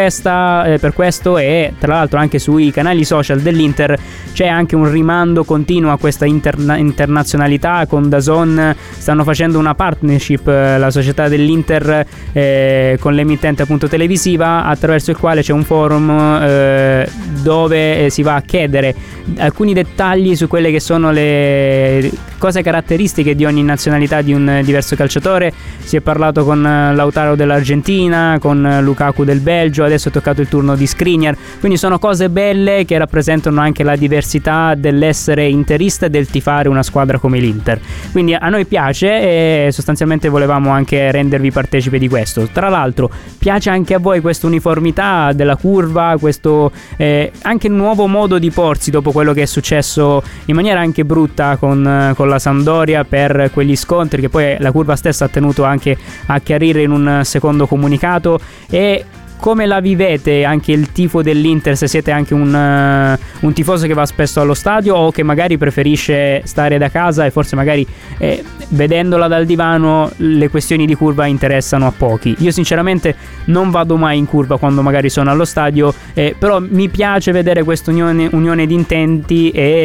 questo, e tra l'altro anche sui canali social dell'Inter c'è anche un rimando continuo a questa internazionalità. Con DAZN stanno facendo una partnership, la società dell'Inter con l'emittente appunto televisiva, attraverso il quale c'è un forum dove si va a chiedere alcuni dettagli su quelle che sono le cose caratteristiche di ogni nazionalità di un diverso calciatore. Si è parlato con Lautaro dell'Argentina, con Lukaku del Belgio, adesso è toccato il turno di Skriniar, quindi sono cose belle che rappresentano anche la diversità dell'essere interista e del tifare una squadra come l'Inter. Quindi a noi piace e sostanzialmente volevamo anche rendervi partecipe di questo. Tra l'altro piace anche a voi questa uniformità della curva, questo anche nuovo modo di porsi dopo quello che è successo in maniera anche brutta con la Sampdoria per quegli scontri che poi la curva stessa ha tenuto anche a chiarire in un secondo comunicato. E come la vivete anche il tifo dell'Inter, se siete anche un tifoso che va spesso allo stadio o che magari preferisce stare da casa e forse magari vedendola dal divano le questioni di curva interessano a pochi? Io sinceramente non vado mai in curva quando magari sono allo stadio, però mi piace vedere questa unione di intenti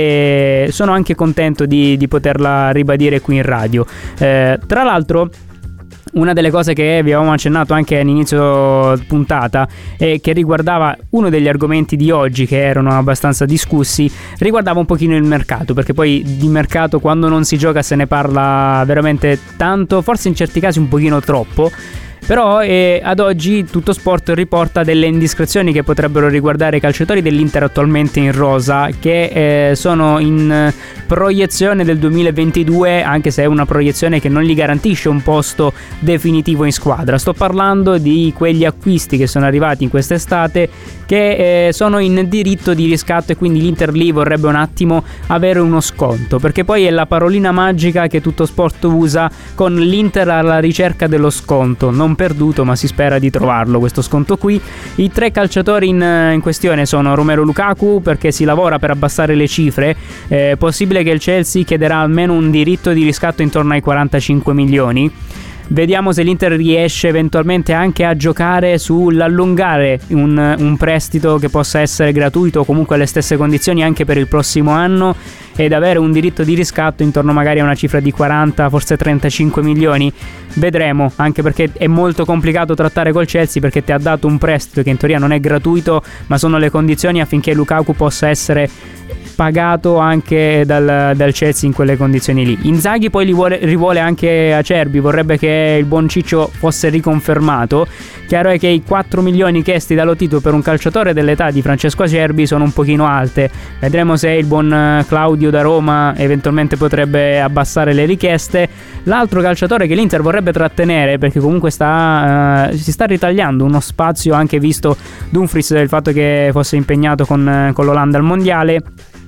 e sono anche contento di poterla ribadire qui in radio. Tra l'altro una delle cose che vi avevamo accennato anche all'inizio puntata e che riguardava uno degli argomenti di oggi che erano abbastanza discussi, riguardava un pochino il mercato, perché poi di mercato quando non si gioca se ne parla veramente tanto, forse in certi casi un pochino troppo. Però ad oggi Tutto Sport riporta delle indiscrezioni che potrebbero riguardare i calciatori dell'Inter attualmente in rosa, che sono in proiezione del 2022, anche se è una proiezione che non gli garantisce un posto definitivo in squadra. Sto parlando di quegli acquisti che sono arrivati in quest'estate, che sono in diritto di riscatto, e quindi l'Inter lì vorrebbe un attimo avere uno sconto, perché poi è la parolina magica che Tutto Sport usa con l'Inter alla ricerca dello sconto, non perduto, ma si spera di trovarlo questo sconto qui. I 3 calciatori in questione sono Romelu Lukaku, perché si lavora per abbassare le cifre, possibile che il Chelsea chiederà almeno un diritto di riscatto intorno ai 45 milioni. Vediamo se l'Inter riesce eventualmente anche a giocare sull'allungare un prestito che possa essere gratuito o comunque alle stesse condizioni anche per il prossimo anno, ed avere un diritto di riscatto intorno magari a una cifra di 40, forse 35 milioni. Vedremo, anche perché è molto complicato trattare col Chelsea, perché ti ha dato un prestito che in teoria non è gratuito, ma sono le condizioni affinché Lukaku possa essere pagato anche dal Chelsea in quelle condizioni lì. Inzaghi poi rivuole anche Acerbi, vorrebbe che il buon Ciccio fosse riconfermato. Chiaro è che i 4 milioni chiesti da Lotito per un calciatore dell'età di Francesco Acerbi sono un pochino alte. Vedremo se il buon Claudio da Roma eventualmente potrebbe abbassare le richieste. L'altro calciatore che l'Inter vorrebbe trattenere, perché comunque si sta ritagliando uno spazio, anche visto Dumfries del fatto che fosse impegnato con l'Olanda al mondiale,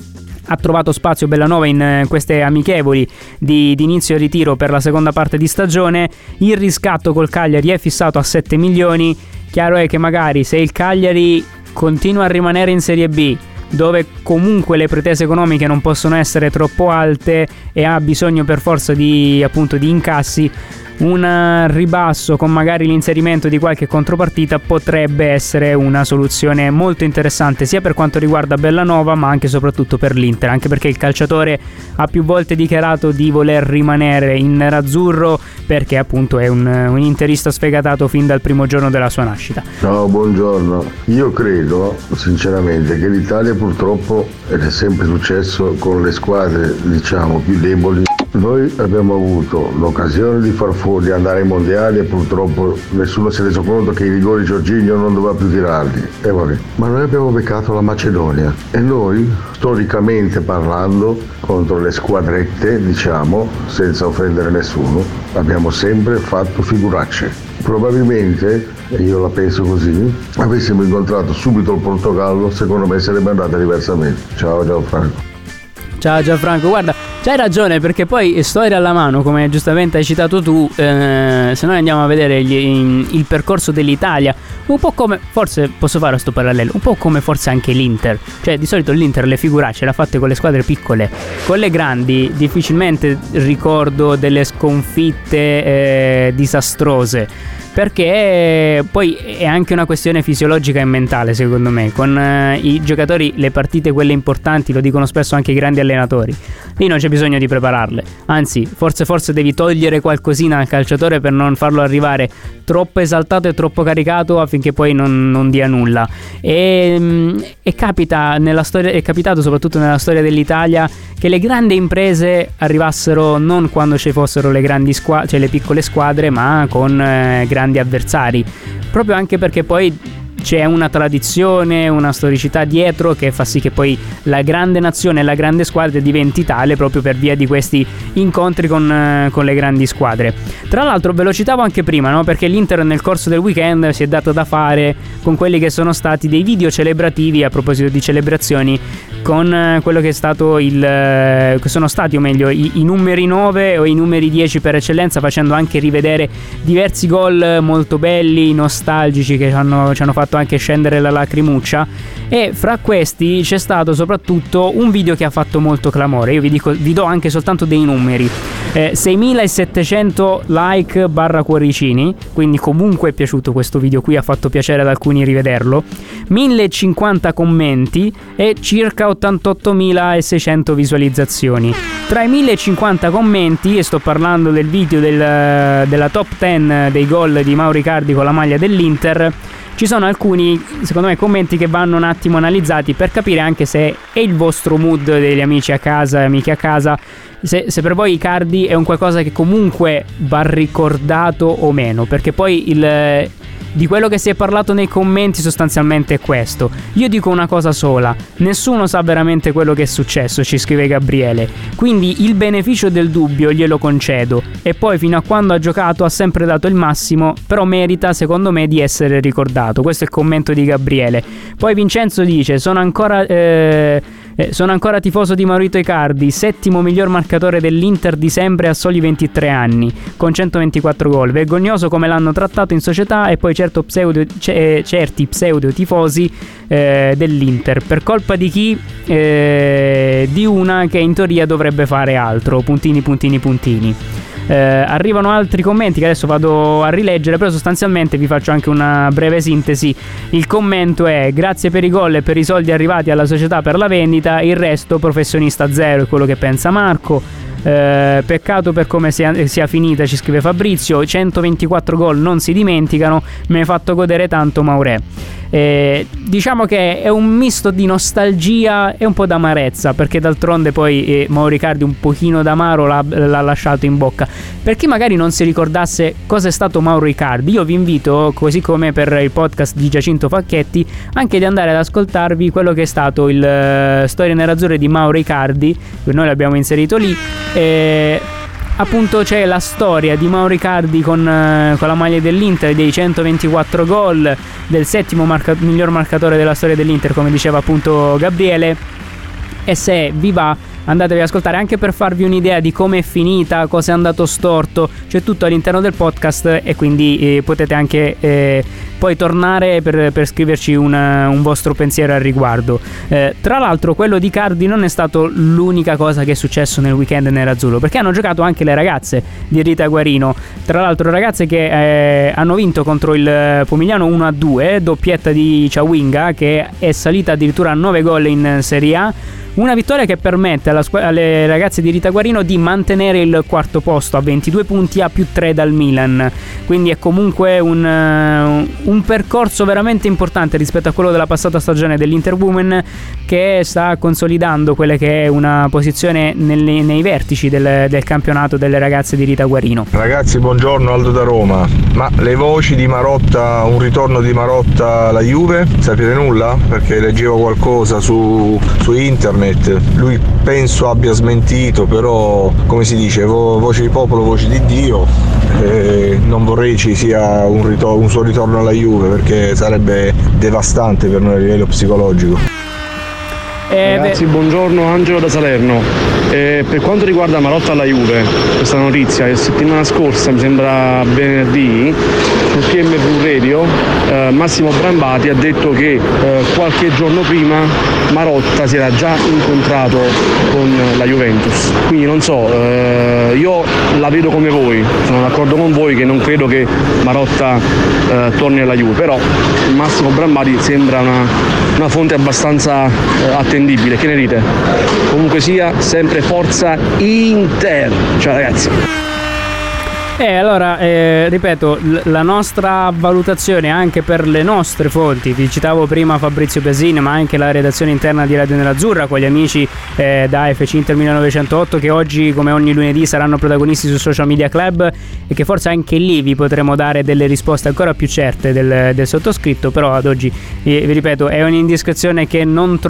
ha trovato spazio Bellanova in queste amichevoli di inizio ritiro per la seconda parte di stagione. Il riscatto col Cagliari è fissato a 7 milioni. Chiaro è che magari se il Cagliari continua a rimanere in Serie B, dove comunque le pretese economiche non possono essere troppo alte e ha bisogno per forza di incassi, un ribasso con magari l'inserimento di qualche contropartita potrebbe essere una soluzione molto interessante, sia per quanto riguarda Bellanova ma anche e soprattutto per l'Inter, anche perché il calciatore ha più volte dichiarato di voler rimanere in nerazzurro, perché appunto è un interista sfegatato fin dal primo giorno della sua nascita. Ciao, buongiorno. Io credo sinceramente che l'Italia purtroppo, ed è sempre successo con le squadre diciamo più deboli, noi abbiamo avuto l'occasione di far fuori, andare ai mondiali, e purtroppo nessuno si è reso conto che i rigori Jorginho non doveva più tirarli. Ma noi abbiamo beccato la Macedonia, e noi, storicamente parlando, contro le squadrette, diciamo, senza offendere nessuno, abbiamo sempre fatto figuracce. Probabilmente, e io la penso così, avessimo incontrato subito il Portogallo, secondo me sarebbe andata diversamente. Ciao Gianfranco. Ciao Gianfranco, guarda, c'hai ragione, perché poi storia alla mano, come giustamente hai citato tu, se noi andiamo a vedere il percorso dell'Italia, un po' come, forse posso fare questo parallelo, un po' come forse anche l'Inter, cioè di solito l'Inter le figuracce le ha fatte con le squadre piccole, con le grandi difficilmente ricordo delle sconfitte disastrose, perché poi è anche una questione fisiologica e mentale, secondo me. Con i giocatori le partite quelle importanti, lo dicono spesso anche i grandi allenatori, lì non c'è c'è bisogno di prepararle, anzi forse devi togliere qualcosina al calciatore per non farlo arrivare troppo esaltato e troppo caricato affinché poi non dia nulla. E capita nella storia, è capitato soprattutto nella storia dell'Italia che le grandi imprese arrivassero non quando ci fossero le grandi squadre, cioè le piccole squadre, ma con grandi avversari, proprio anche perché poi c'è una tradizione, una storicità dietro che fa sì che poi la grande nazione e la grande squadra diventi tale proprio per via di questi incontri con le grandi squadre. Tra l'altro ve lo citavo anche prima, no? Perché l'Inter nel corso del weekend si è dato da fare con quelli che sono stati dei video celebrativi, a proposito di celebrazioni, con quello che è stato che sono stati, o meglio, i numeri 9 o i numeri 10 per eccellenza, facendo anche rivedere diversi gol molto belli, nostalgici, che ci hanno fatto anche scendere la lacrimuccia. E fra questi c'è stato soprattutto un video che ha fatto molto clamore. Io vi do anche soltanto dei numeri: 6.700 like / cuoricini, quindi comunque è piaciuto questo video qui, ha fatto piacere ad alcuni rivederlo, 1.050 commenti e circa 88.600 visualizzazioni. Tra i 1.050 commenti, e sto parlando del video della top 10 dei gol di Mauro Icardi con la maglia dell'Inter, ci sono alcuni, secondo me, commenti che vanno un attimo analizzati per capire anche se è il vostro mood degli amici a casa e amiche a casa, se per voi Icardi è un qualcosa che comunque va ricordato o meno, perché poi di quello che si è parlato nei commenti sostanzialmente è questo. Io dico una cosa sola: nessuno sa veramente quello che è successo, ci scrive Gabriele, quindi il beneficio del dubbio glielo concedo, e poi fino a quando ha giocato ha sempre dato il massimo, però merita secondo me di essere ricordato. Questo è il commento di Gabriele. Poi Vincenzo dice: sono ancora tifoso di Maurito Icardi, settimo miglior marcatore dell'Inter di sempre a soli 23 anni, con 124 gol. Vergognoso come l'hanno trattato in società, e poi certi pseudo tifosi dell'Inter. Per colpa di chi? Di una che in teoria dovrebbe fare altro. Puntini. Arrivano altri commenti che adesso vado a rileggere, però sostanzialmente vi faccio anche una breve sintesi. Il commento è: grazie per i gol e per i soldi arrivati alla società per la vendita, il resto professionista zero, è quello che pensa Marco. Peccato per come sia finita, ci scrive Fabrizio. 124 gol non si dimenticano, mi hai fatto godere tanto Maurè. Diciamo che è un misto di nostalgia e un po' d'amarezza, perché d'altronde poi Mauro Icardi un pochino d'amaro l'ha lasciato in bocca. Per chi magari non si ricordasse cosa è stato Mauro Icardi, io vi invito, così come per il podcast di Giacinto Facchetti, anche di andare ad ascoltarvi quello che è stato il Storie Nerazzurre di Mauro Icardi, noi l'abbiamo inserito lì. Appunto c'è la storia di Mauro Icardi con la maglia dell'Inter, dei 124 gol, del settimo miglior marcatore della storia dell'Inter, come diceva appunto Gabriele. E se vi va, andatevi ad ascoltare, anche per farvi un'idea di come è finita, cosa è andato storto. C'è tutto all'interno del podcast, e quindi potete anche poi tornare per scriverci un vostro pensiero al riguardo. Tra l'altro quello di Icardi non è stato l'unica cosa che è successo nel weekend nerazzurro, perché hanno giocato anche le ragazze di Rita Guarino. Tra l'altro ragazze che hanno vinto contro il Pomigliano 1-2, doppietta di Ciawinga, che è salita addirittura a 9 gol in Serie A. Una vittoria che permette alle ragazze di Rita Guarino di mantenere il quarto posto a 22 punti, a più 3 dal Milan. Quindi è comunque un percorso veramente importante rispetto a quello della passata stagione dell'Inter Women, che sta consolidando quella che è una posizione nei vertici del campionato delle ragazze di Rita Guarino. Ragazzi, buongiorno, Aldo da Roma. Ma le voci di Marotta, un ritorno di Marotta alla Juve, sapete nulla? Perché leggevo qualcosa su internet. Lui penso abbia smentito, però come si dice, voce di popolo, voce di Dio, non vorrei ci sia un suo ritorno alla Juve, perché sarebbe devastante per noi a livello psicologico. Ragazzi, buongiorno, Angelo da Salerno. Per quanto riguarda Marotta alla Juve, questa notizia, la settimana scorsa, mi sembra venerdì, sul PM Radio, Massimo Brambati ha detto che qualche giorno prima Marotta si era già incontrato con la Juventus. Quindi non so, io la vedo come voi, sono d'accordo con voi che non credo che Marotta torni alla Juve, però Massimo Brambati sembra una fonte abbastanza attendibile. Che ne dite? Comunque sia, sempre sempre forza Inter. Ciao ragazzi. Allora, ripeto, la nostra valutazione anche per le nostre fonti, vi citavo prima Fabrizio Piasini, ma anche la redazione interna di Radio Nerazzurra con gli amici da FC Inter 1908 che oggi, come ogni lunedì, saranno protagonisti su Social Media Club e che forse anche lì vi potremo dare delle risposte ancora più certe del sottoscritto, però ad oggi, vi ripeto, è un'indiscrezione che non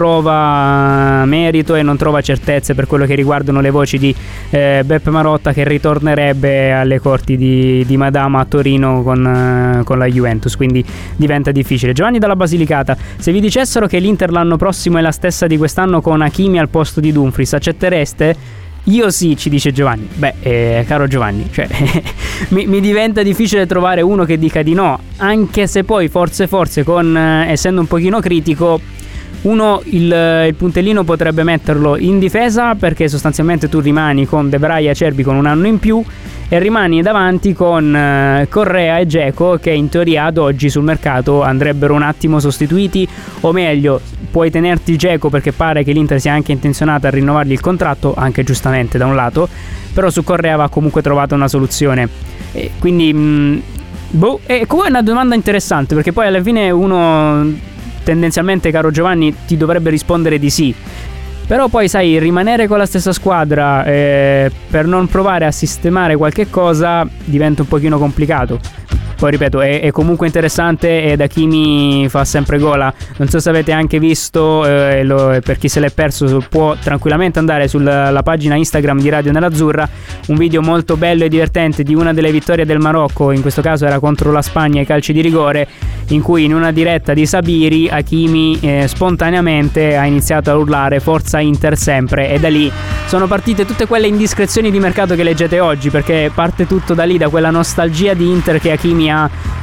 trova merito e non trova certezze per quello che riguardano le voci di Beppe Marotta, che ritornerebbe alle corti di Madama a Torino con la Juventus, quindi diventa difficile. Giovanni dalla Basilicata: se vi dicessero che l'Inter l'anno prossimo è la stessa di quest'anno con Hakimi al posto di Dumfries, accettereste? Io sì, ci dice Giovanni. Caro Giovanni, cioè mi diventa difficile trovare uno che dica di no, anche se poi forse con essendo un pochino critico, uno il puntellino potrebbe metterlo in difesa, perché sostanzialmente tu rimani con De Vrij e Acerbi con un anno in più e rimani davanti con Correa e Dzeko, che in teoria ad oggi sul mercato andrebbero un attimo sostituiti, o meglio puoi tenerti Dzeko perché pare che l'Inter sia anche intenzionata a rinnovargli il contratto, anche giustamente da un lato, però su Correa va comunque trovata una soluzione, e quindi e come è una domanda interessante, perché poi alla fine uno tendenzialmente, caro Giovanni, ti dovrebbe rispondere di sì, però poi sai, rimanere con la stessa squadra per non provare a sistemare qualche cosa diventa un pochino complicato. Poi ripeto, è comunque interessante ed Hakimi fa sempre gola. Non so se avete anche visto, per chi se l'è perso può tranquillamente andare sulla pagina Instagram di Radio Nerazzurra, un video molto bello e divertente di una delle vittorie del Marocco, in questo caso era contro la Spagna ai calci di rigore, in cui in una diretta di Sabiri Hakimi spontaneamente ha iniziato a urlare "Forza Inter sempre", e da lì sono partite tutte quelle indiscrezioni di mercato che leggete oggi, perché parte tutto da lì, da quella nostalgia di Inter che Hakimi ha,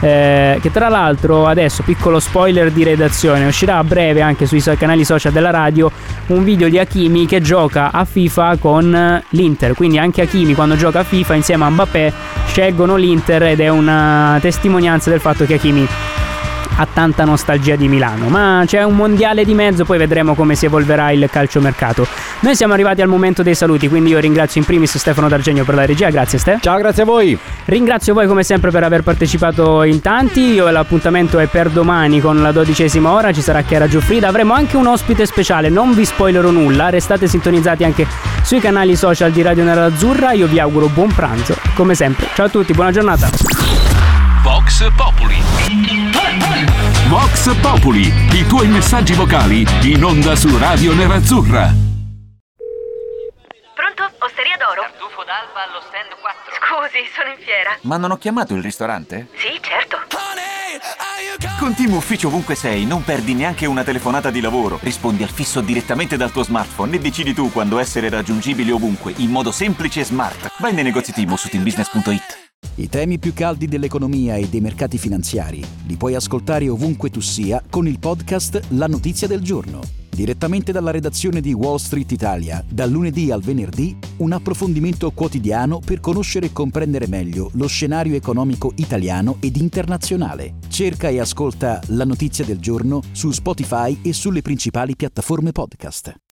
che tra l'altro adesso, piccolo spoiler di redazione, uscirà a breve anche sui canali social della radio un video di Hakimi che gioca a FIFA con l'Inter, quindi anche Hakimi quando gioca a FIFA insieme a Mbappé scelgono l'Inter, ed è una testimonianza del fatto che Hakimi ha tanta nostalgia di Milano. Ma c'è un mondiale di mezzo, poi vedremo come si evolverà il calciomercato. Noi siamo arrivati al momento dei saluti, quindi io ringrazio in primis Stefano D'Argenio per la regia. Grazie Ste. Ciao, grazie a voi. Ringrazio voi come sempre per aver partecipato in tanti. L'appuntamento è per domani con la 12ª ora, ci sarà Chiara Giuffrida, avremo anche un ospite speciale, non vi spoilerò nulla, restate sintonizzati anche sui canali social di Radio Nerazzurra. Io vi auguro buon pranzo come sempre. Ciao a tutti, buona giornata. Vox Populi. Vox Populi, i tuoi messaggi vocali in onda su Radio Nerazzurra. Pronto? Osteria d'Oro? Tartufo d'Alba allo stand 4. Scusi, sono in fiera. Ma non ho chiamato il ristorante? Sì, certo. Con Team Ufficio ovunque sei, non perdi neanche una telefonata di lavoro. Rispondi al fisso direttamente dal tuo smartphone e decidi tu quando essere raggiungibile ovunque, in modo semplice e smart. Vai nei negozi Team o su teambusiness.it. I temi più caldi dell'economia e dei mercati finanziari li puoi ascoltare ovunque tu sia con il podcast La Notizia del Giorno. Direttamente dalla redazione di Wall Street Italia, dal lunedì al venerdì, un approfondimento quotidiano per conoscere e comprendere meglio lo scenario economico italiano ed internazionale. Cerca e ascolta La Notizia del Giorno su Spotify e sulle principali piattaforme podcast.